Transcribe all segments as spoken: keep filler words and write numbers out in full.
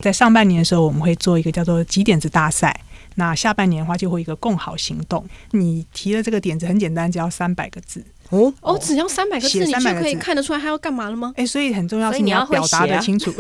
在上半年的时候我们会做一个叫做集点子大赛，那下半年的话就会一个共好行动。你提的这个点子很简单，只要三百个字哦哦，只要三百个字， 你就可以看得出来他要干嘛了吗？ 哎，所以很重要是你要表达的清楚。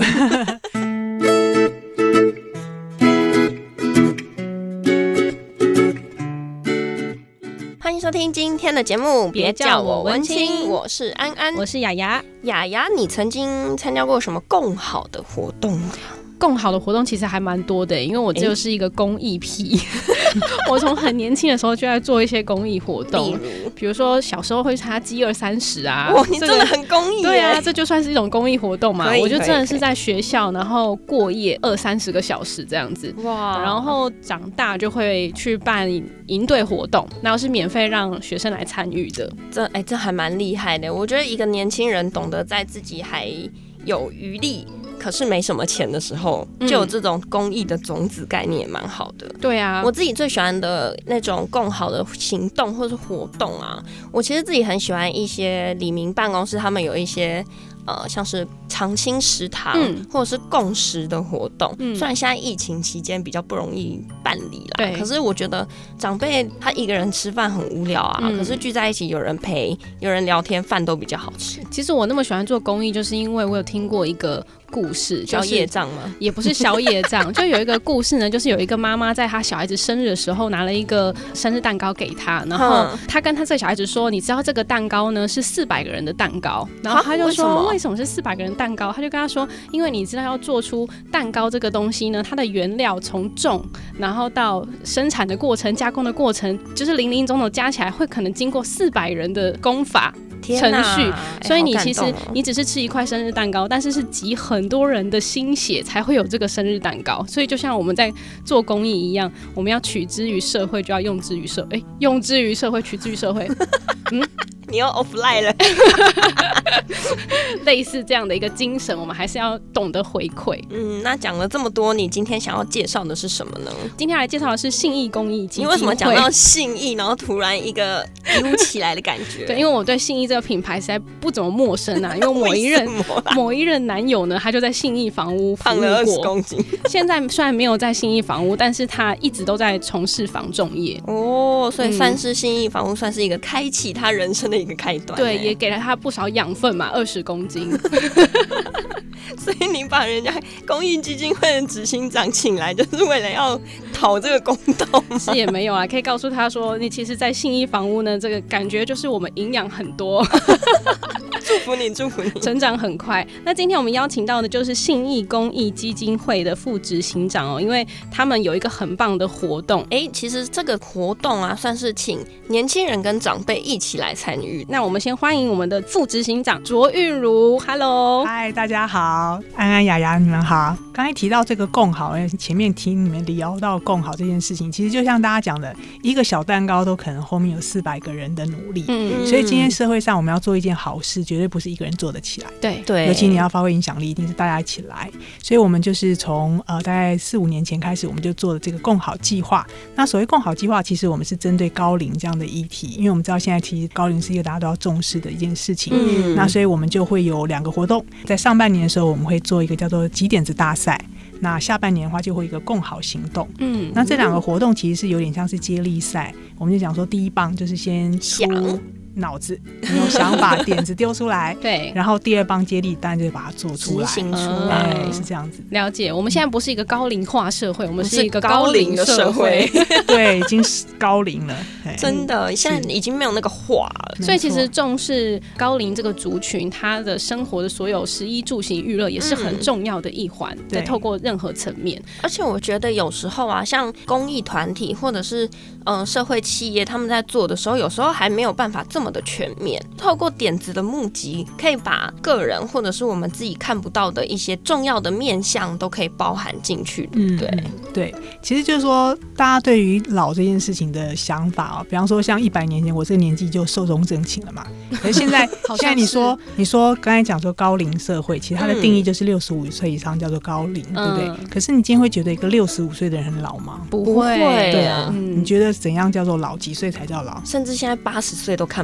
欢迎收听今天的节目，别叫我文青，我是安安， 我是雅雅。 雅雅，你曾经参加过什么共好的活动吗？ 共好的活动其实还蛮多的，因为我就是一个公益癖。我从很年轻的时候就在做一些公益活动，比如说小时候会参加饥饿三十啊。 哇，你真的很公益耶。 对啊，这就算是一种公益活动嘛。我就真的是在学校，然后过夜二三十个小时这样子。哇！然后长大就会去办营队活动，然后是免费让学生来参与的。 这哎，这还蛮厉害的。我觉得一个年轻人懂得在自己还有余力，可是没什么钱的时候，就有这种公益的种子概念也蛮好的。 对啊， 我自己最喜欢的那种共好的行动或是活动啊，我其实自己很喜欢一些里民办公室，他们有一些呃，像是常青食堂、嗯、或者是共识的活动、嗯、虽然现在疫情期间比较不容易办理啦，可是我觉得长辈他一个人吃饭很无聊啊、嗯、可是聚在一起有人陪有人聊天，饭都比较好吃。 其实我那么喜欢做公益，就是因为我有听过一个故事， 小业障吗？ 也不是小业障，就有一个故事呢，就是有一个妈妈在她小孩子生日的时候拿了一个生日蛋糕给他，然后她跟她这个小孩子说：“你知道这个蛋糕呢是四百个人的蛋糕。”然后他就说：“为什么是四百个人蛋糕？”他就跟他说：“因为你知道要做出蛋糕这个东西呢，它的原料从种然后到生产的过程、加工的过程，就是零零总总加起来会可能经过四百人的功法。”程序，所以你其实、欸、你只是吃一块生日蛋糕，但是是集很多人的心血才会有这个生日蛋糕。所以就像我们在做公益一样，我们要取之于社会，就要用之于社会，欸、用之于社会，取之于社会。嗯， 你又 offline 了。 类似这样的一个精神，我们还是要懂得回馈。 嗯，那讲了这么多，你今天想要介绍的是什么呢？ 今天来介绍的是信义公益基金会。 你为什么讲到信义，然后突然一个悠起来的感觉？ 对，因为我对信义这个品牌实在不怎么陌生啊，因为某一任某一任男友呢，他就在信义房屋服务过，胖了二十公斤。现在虽然没有在信义房屋，但是他一直都在从事房仲业。 哦，所以算是信义房屋算是一个开启他人生的一个开端。 对，也给了他不少养分嘛，二十公斤。 所以你把人家公益基金会的执行长请来，就是为了要讨这个公道吗？ 是也没有啊，可以告诉他说，你其实在信义房屋呢，这个感觉就是我们营养很多。 祝福你，祝福你， 成长很快。那今天我们邀请到的就是信义公益基金会的副执行长哦，因为他们有一个很棒的活动。 哎、欸，其实这个活动啊，算是请年轻人跟长辈一起来参与。 那我们先欢迎我们的副执行长卓韵如 ，Hello， 嗨，大家好，安安雅雅，你们好。刚才提到这个共好，前面听你们聊到共好这件事情，其实就像大家讲的，一个小蛋糕都可能后面有四百个人的努力，嗯，所以今天社会上我们要做一件好事，绝对不是一个人做得起来， 对对， 尤其你要发挥影响力，一定是大家一起来。所以我们就是从呃大概四五年前开始，我们就做了这个共好计划。那所谓共好计划，其实我们是针对高龄这样的议题，因为我们知道现在其实高龄是一个大家都要重视的一件事情，嗯，那所以我们就会有两个活动，在上半年的时候，我们会做一个叫做集点子大赛。那下半年的话就会有一个共好行动，嗯，那这两个活动其实是有点像是接力赛，我们就讲说第一棒就是先出脑子，你有想法点子丢出来， 对， 然后第二棒接力当然就是把它做出来， 执行出来， 嗯，是这样子。 了解，我们现在不是一个高龄化社会，我们是一个高龄的社会， 对，已经高龄了， 真的，现在已经没有那个化了。 所以其实重视高龄这个族群，他的生活的所有食衣住行娱乐也是很重要的一环，在、嗯、透过任何层面。 而且我觉得有时候啊，像公益团体或者是呃社会企业，他们在做的时候，有时候还没有办法这么的全面。透过点子的募集，可以把个人或者是我们自己看不到的一些重要的面向都可以包含进去，对不对？嗯、 对，其实就是说，大家对于老这件事情的想法哦，比方说像一百年前我这个年纪就寿终正寝了嘛，可是现在现在你说你说刚才讲说高龄社会，其实它的定义就是六十五岁以上叫做高龄，嗯、对不对？可是你今天会觉得一个六十五岁的人很老吗？ 不会， 对啊、 嗯，你觉得怎样叫做老？几岁才叫老？ 甚至现在八十岁都看不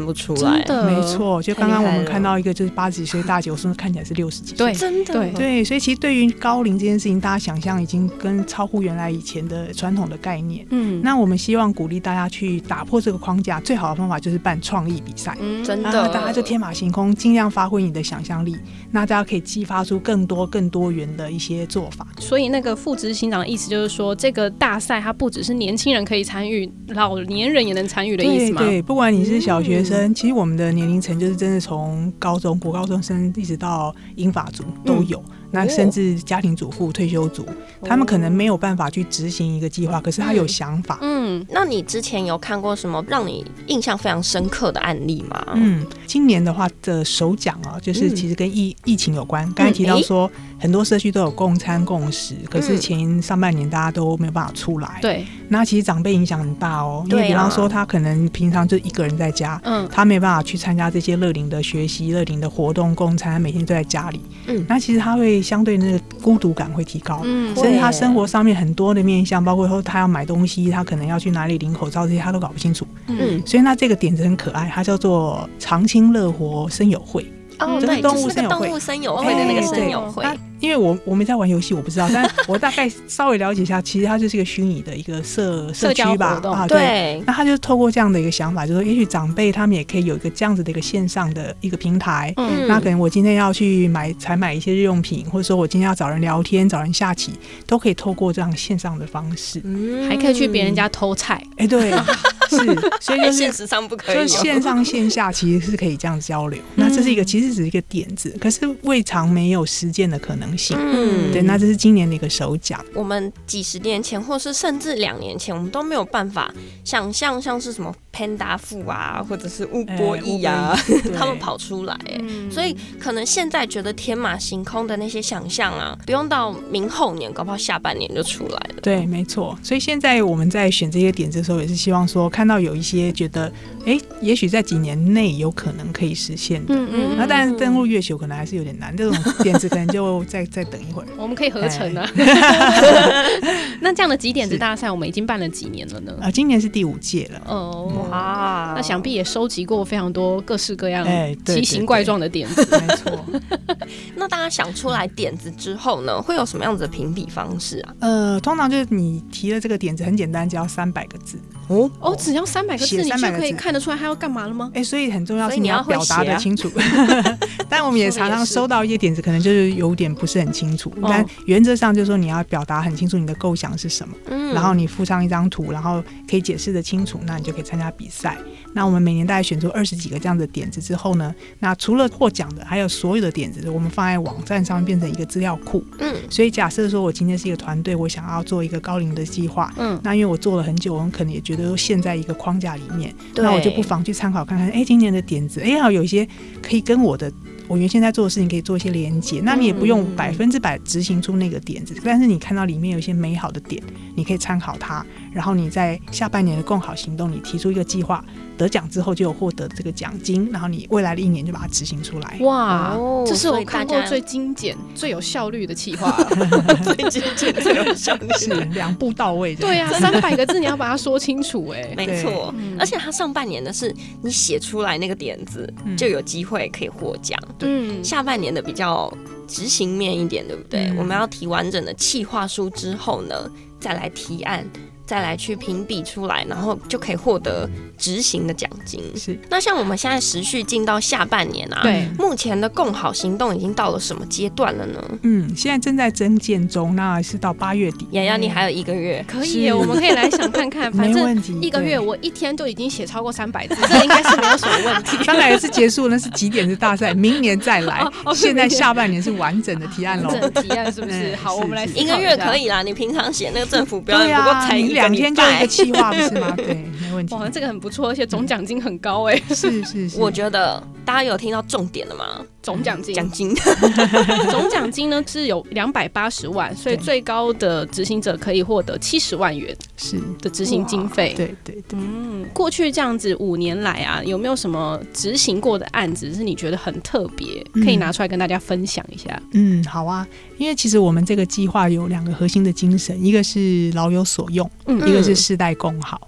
不出来， 真的没错。就刚刚我们看到一个就是八十几岁大姐，我说看起来是六十几岁， 对， 真的对对，所以其实对于高龄这件事情，大家想象已经跟超乎原来以前的传统的概念。嗯，那我们希望鼓励大家去打破这个框架，最好的方法就是办创意比赛。 嗯，真的， 大家就天马行空，尽量发挥你的想象力，那大家可以激发出更多更多元的一些做法。 所以那个副执行长的意思就是说，这个大赛它不只是年轻人可以参与，老年人也能参与的意思吗？ 对对，不管你是小学生、嗯、其实我们的年龄层就是真的从高中国高中生一直到英法族都有、嗯，那甚至家庭主妇、退休族、哦，他们可能没有办法去执行一个计划，可是他有想法。 嗯，那你之前有看过什么让你印象非常深刻的案例吗？ 嗯，今年的话的首奖啊，就是其实跟疫、嗯、疫情有关。刚才提到说、嗯、很多社区都有共餐共食，可是前上半年大家都没有办法出来。对，那其实长辈影响很大哦，因为比方说他可能平常就一个人在家，嗯，他没办法去参加这些乐龄的学习、乐龄的活动、共餐，他每天都在家里。嗯，那其实他会相对那个孤独感会提高，嗯，甚至他生活上面很多的面向，包括说他要买东西，他可能要去哪里领口罩，这些他都搞不清楚。嗯，所以那这个点子很可爱，它叫做长青乐活生友会。 哦，对，就是那个动物森友会的那个森友会。 因为我我没在玩游戏，我不知道，但我大概稍微了解一下，其实它就是一个虚拟的一个社社区吧，啊，对。那他就透过这样的一个想法，就是说，也许长辈他们也可以有一个这样子的一个线上的一个平台。嗯，那可能我今天要去买采买一些日用品，或者说我今天要找人聊天、找人下棋，都可以透过这样线上的方式。 嗯，还可以去别人家偷菜。 哎、欸，对，是，所以就是现实上不可以， 就是线上线下其实是可以这样交流。那这是一个其实只是一个点子，可是未尝没有实践的可能性。嗯，对，那这是今年的一个首奖。 我们几十年前，或是甚至两年前，我们都没有办法想象像是什么 Panda 富啊，或者是乌波义啊，欸、他们跑出来、欸嗯，所以可能现在觉得天马行空的那些想象啊，不用到明后年，搞不好下半年就出来了。 对，没错。所以现在我们在选这些点子的时候，也是希望说，看到有一些觉得，哎、欸，也许在几年内有可能可以实现的。嗯嗯。那当然登陆月球可能还是有点难，这种点子可能就再再等一会儿。 我们可以合成啊。那这样的几点子大赛，我们已经办了几年了呢？ 啊、呃，今年是第五届了。 哦，哇，那想必也收集过非常多各式各样奇形怪状的点子。 欸、对对对没错。 那大家想出来点子之后呢，会有什么样子的评比方式啊？ 呃，通常就是你提了这个点子很简单，只要三百个字。 哦哦，只要三百个字，你就可以看得出来他要干嘛了吗？ 哎、欸，所以很重要是你要表达得清楚。但我们也常常收到一些点子，可能就是有点不是很清楚。哦、但原则上就是说你要表达很清楚你的构想是什么，嗯，然后你附上一张图，然后可以解释得清楚，那你就可以参加比赛。那我们每年大概选出二十几个这样的点子之后呢，那除了获奖的，还有所有的点子，我们放在网站上面变成一个资料库。嗯，所以假设说我今天是一个团队，我想要做一个高龄的计划，嗯，那因为我做了很久，我们可能也觉得陷在一个框架里面，那我就不妨去参考看看，哎，今年的点子，哎，有一些可以跟我的我原先在做的事情可以做一些连结，那你也不用百分之百执行出那个点子，但是你看到里面有一些美好的点，你可以参考它，然后你在下半年的共好行动，你提出一个计划，得奖之后就有获得这个奖金，然后你未来的一年就把它执行出来。 哇，哦、这是我看过最精简、最有效率的企划最精简、最有效率， 是两步到位。 对啊，三百个字你要把它说清楚、欸，哎， 没错、嗯。而且它上半年的是你写出来那个点子，嗯、就有机会可以获奖。嗯，下半年的比较执行面一点，对不对？嗯、我们要提完整的企划书之后呢，再来提案。再来去评比出来，然后就可以获得执行的奖金。是，那像我们现在时序进到下半年啊，对，目前的共好行动已经到了什么阶段了呢？ 嗯，现在正在增建中，那是到八月底。 雅雅，你还有一个月， 可以耶，我们可以来想看看。反正一个月我一天就已经写超过三百字，这应该是没有什么问题。 三百字结束，那是几点的大赛，明年再来。哦哦、现在下半年是完整的提案喽， 完整的提案是不是？好，我们来思考一下。一个月可以啦，你平常写那个政府标案，不过才一两天就一个企划，不是吗？对，没问题。 哇，这个很不错，而且总奖金很高哎、欸。 是是是， 我觉得大家有听到重点了吗？ 总奖金， 奖金， 总奖金呢是有两百八十万，所以最高的执行者可以获得七十万元是的执行经费。 对对对， 嗯，过去这样子五年来啊，有没有什么执行过的案子是你觉得很特别，可以拿出来跟大家分享一下？ 嗯，好啊，因为其实我们这个计划有两个核心的精神，一个是老有所用，嗯、一个是世代共好。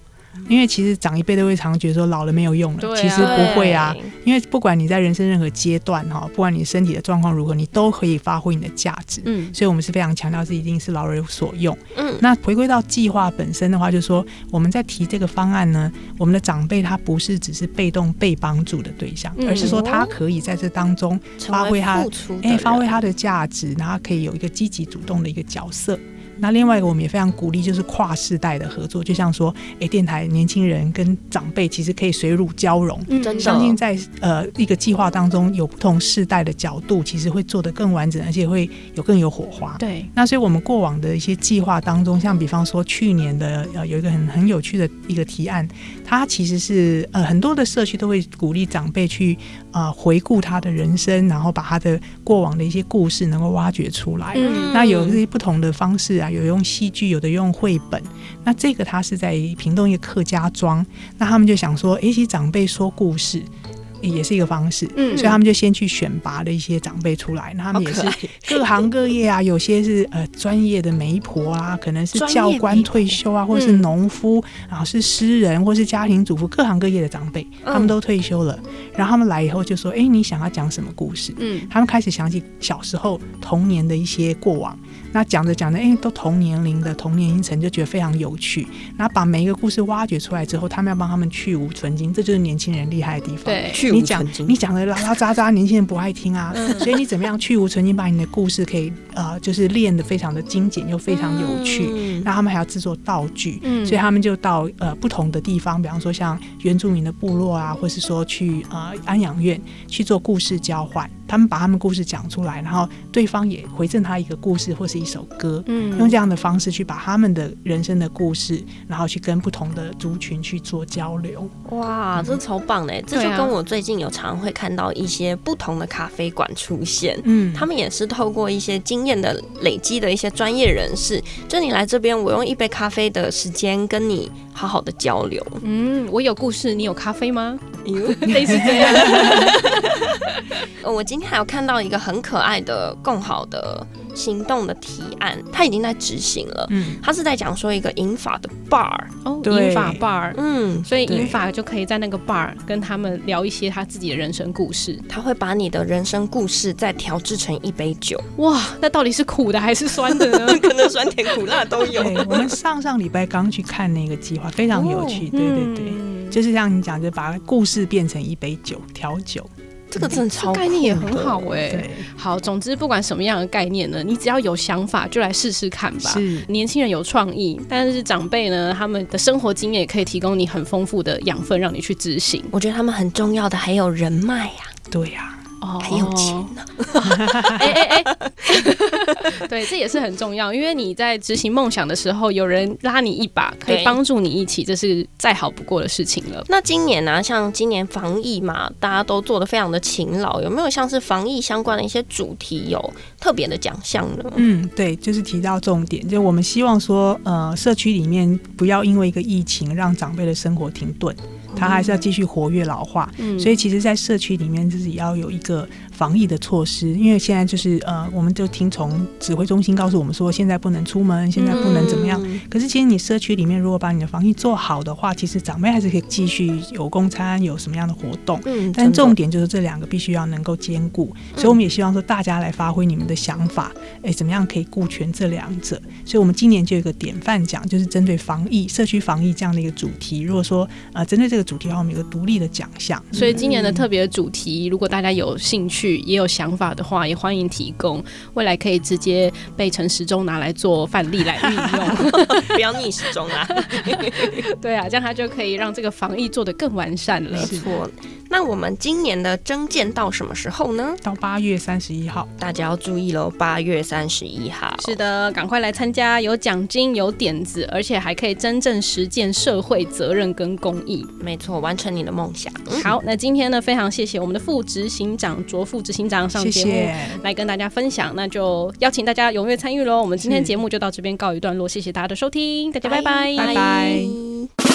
因为其实长一辈都会常觉得说老了没有用了， 啊、 其实不会啊，因为不管你在人生任何阶段哈，不管你身体的状况如何，你都可以发挥你的价值。嗯，所以我们是非常强调是一定是老人所用。嗯，那回归到计划本身的话，就是说我们在提这个方案呢，我们的长辈他不是只是被动被帮助的对象，嗯、而是说他可以在这当中发挥他哎、欸、发挥他的价值，然后可以有一个积极主动的一个角色。那另外一个我们也非常鼓励就是跨世代的合作，就像说哎，电台年轻人跟长辈其实可以水乳交融，嗯、真的相信在呃一个计划当中有不同世代的角度，其实会做得更完整，而且会有更有火花。 对， 那所以我们过往的一些计划当中，像比方说去年的呃有一个很很有趣的一个提案，它其实是呃很多的社区都会鼓励长辈去呃回顾他的人生，然后把他的过往的一些故事能够挖掘出来。嗯、那有一些不同的方式啊，有用戏剧，有的用绘本。那这个他是在屏东一个客家庄，那他们就想说，哎，其实长辈说故事也是一个方式，嗯，所以他们就先去选拔了一些长辈出来，那他们也是各行各业啊，有些是呃专业的媒婆啊，可能是教官退休啊，或者是农夫，嗯、然后是诗人，或是家庭主妇，各行各业的长辈，他们都退休了。嗯、然后他们来以后就说，哎，你想要讲什么故事？嗯，他们开始想起小时候童年的一些过往。那讲着讲着，哎，都同年龄的同年龄层，就觉得非常有趣。然后把每一个故事挖掘出来之后，他们要帮他们去无存菁，这就是年轻人厉害的地方。 对， 去无存菁，你讲的拉拉杂杂，年轻人不爱听啊。嗯、所以你怎么样去无存菁，把你的故事可以呃，就是练得非常的精简又非常有趣。嗯、那他们还要制作道具，嗯、所以他们就到呃不同的地方，比方说像原住民的部落啊，或是说去呃安养院去做故事交换。他们把他们故事讲出来，然后对方也回赠他一个故事或是一首歌，嗯，用这样的方式去把他们的人生的故事，然后去跟不同的族群去做交流。 哇，这超棒的！这就跟我最近有常会看到一些不同的咖啡馆出现，嗯，他们也是透过一些经验的累积的一些专业人士，就你来这边，我用一杯咖啡的时间跟你好好的交流。 嗯，我有故事，你有咖啡吗？类似这样。 我今天还有看到一个很可爱的共好的行动的提案，它已经在执行了。嗯，它是在讲说一个银发的 bar 哦，银发 bar， 嗯，所以银发就可以在那个 bar 跟他们聊一些他自己的人生故事。 他会把你的人生故事再调制成一杯酒。 哇，那到底是苦的还是酸的呢？ 可能酸甜苦辣都有。 我们上上礼拜刚去看那个计划，非常有趣。哦、对对对，嗯、就是像你讲，就把故事变成一杯酒，调酒。 这个真的超酷的， 概念也很好哎、欸。好，总之不管什么样的概念呢，你只要有想法就来试试看吧。是，年轻人有创意，但是长辈呢，他们的生活经验也可以提供你很丰富的养分，让你去执行。 我觉得他们很重要的还有人脉呀、 啊。对呀、啊。 哦，还有钱呢、 啊！哎哎哎，对，这也是很重要，因为你在执行梦想的时候，有人拉你一把，可以帮助你一起，这是再好不过的事情了。 那今年呢、啊，像今年防疫嘛，大家都做得非常的勤劳，有没有像是防疫相关的一些主题有特别的奖项呢？ 嗯，对，就是提到重点，就我们希望说，呃，社区里面不要因为一个疫情让长辈的生活停顿。它还是要继续活跃老化、嗯、所以其实在社区里面就是也要有一个防疫的措施，因为现在就是呃，我们就听从指挥中心告诉我们说现在不能出门，现在不能怎么样、嗯、可是其实你社区里面如果把你的防疫做好的话，其实长辈还是可以继续有供餐，有什么样的活动、嗯、但重点就是这两个必须要能够兼顾、嗯、所以我们也希望说大家来发挥你们的想法，哎，怎么样可以顾全这两者，所以我们今年就有一个典范奖，就是针对防疫社区防疫这样的一个主题，如果说呃针对这个主题的话，我们有个独立的奖项， 所以今年的特别主题、嗯、如果大家有兴趣也有想法的话，也欢迎提供，未来可以直接被陈时中拿来做范例来运用不要逆时钟啊对啊，这样他就可以让这个防疫做得更完善了。 没错，那我们今年的征件到什么时候呢？ 到八月三十一号， 大家要注意咯，八月三十一号。 是的，赶快来参加，有奖金有点子，而且还可以真正实践社会责任跟公益。 没错，完成你的梦想、 嗯、好，那今天呢非常谢谢我们的副执行长卓副执行长上节目，谢谢来跟大家分享，那就邀请大家踊跃参与咯。我们今天节目就到这边告一段落，谢谢大家的收听，大家拜拜拜拜。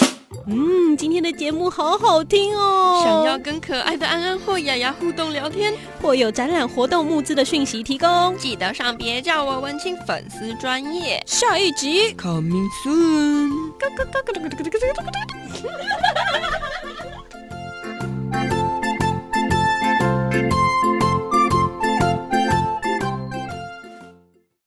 嗯，今天的节目好好听哦。 想要跟可爱的安安或雅雅互动聊天， 或有展览活动募资的讯息提供， 记得上别叫我文青粉丝专页。 下一集 Coming soon。